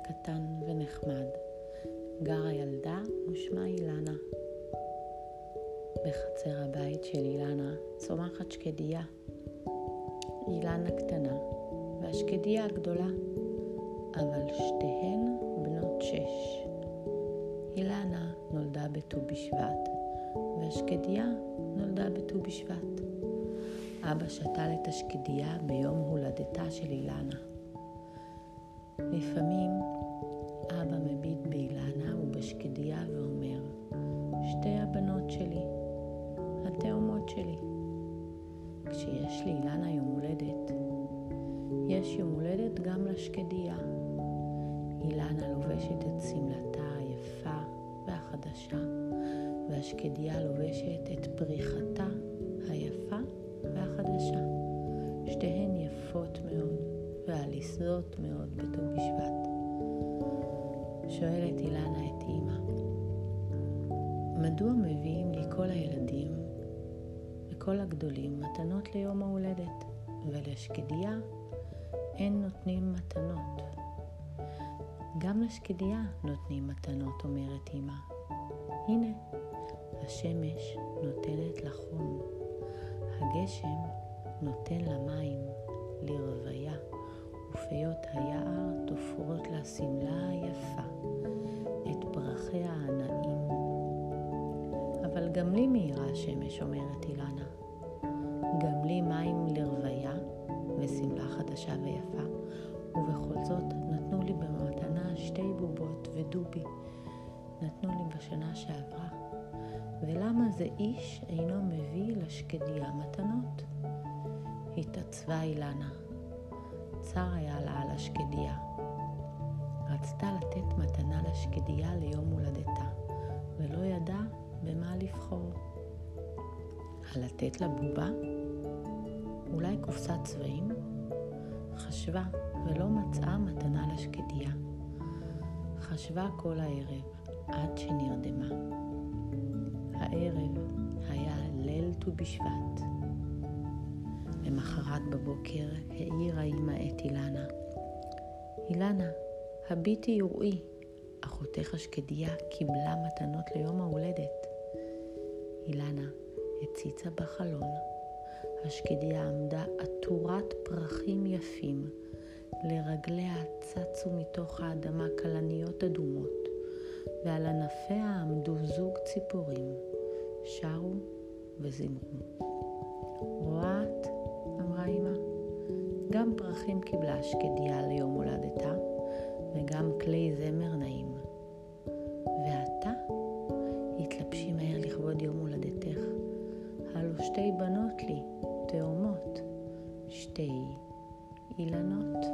קטן ונחמד. גרה ילדה ושמה אילנה. בחצר הבית של אילנה צומחת שקדיה. אילנה קטנה והשקדיה הגדולה, אבל שתיהן בנות 6. אילנה נולדה בט"ו בשבט והשקדיה נולדה בט"ו בשבט. אבא שתל את השקדיה ביום הולדתה של אילנה. לפעמים אבא מביט באילנה ובשקדיה ואומר, שתי הבנות שלי, התאומות שלי. כשיש לאילנה יום הולדת, יש יום הולדת גם לשקדיה. אילנה לובשת את שמלתה היפה והחדשה, והשקדיה לובשת את פריחתה היפה והחדשה. שתיהן יפות מאוד ועליזות מאוד בט"ו בשבט. שואלת אילנה את אמא, מדוע מביאים לי כל הילדים וכל הגדולים מתנות ליום ההולדת, ולשקדיה אין נותנים מתנות? גם לשקדיה נותנים מתנות, אומרת אמא. הנה, השמש נותנת לחום, הגשם נותן למים, לרוויה, ופיות היער תופרות לה סמלה היפה, את פרחיה הנעים. אבל גם לי מאירה השמש, אומרת אילנה. גם לי מים לרוויה וסמלה חדשה ויפה, ובכל זאת נתנו לי במתנה 2 בובות ודובי. נתנו לי בשנה שעברה. ולמה זה איש אינו מביא לשקדיה מתנות? התעצבה אילנה. צר היה לה על השקדיה. רצתה לתת מתנה לשקדיה ליום הולדתה, ולא ידעה במה לבחור. לתת לה בובה? אולי קופסת צבעים? חשבה ולא מצאה מתנה לשקדיה. חשבה כל הערב עד שנרדמה. הערב היה ליל ט"ו בשבט. למחרת בבוקר העירה אמא את אילנה. אילנה, הביטי וראי, אחותך השקדיה קיבלה מתנות ליום ההולדת. אילנה הציצה בחלון. השקדיה עמדה עטורת פרחים יפים. לרגליה צצו מתוך האדמה כלניות אדומות, ועל ענפיה עמדו זוג ציפורים, שרו וזמרו. רואה את? אמרה אמא. גם פרחים קיבלה השקדיה ליום הולדתה, וגם כלי זמר נעים. ואתה? התלבשי מהר לכבוד יום הולדתך. הלו 2 בנות לי, תאומות, 2 אילנות.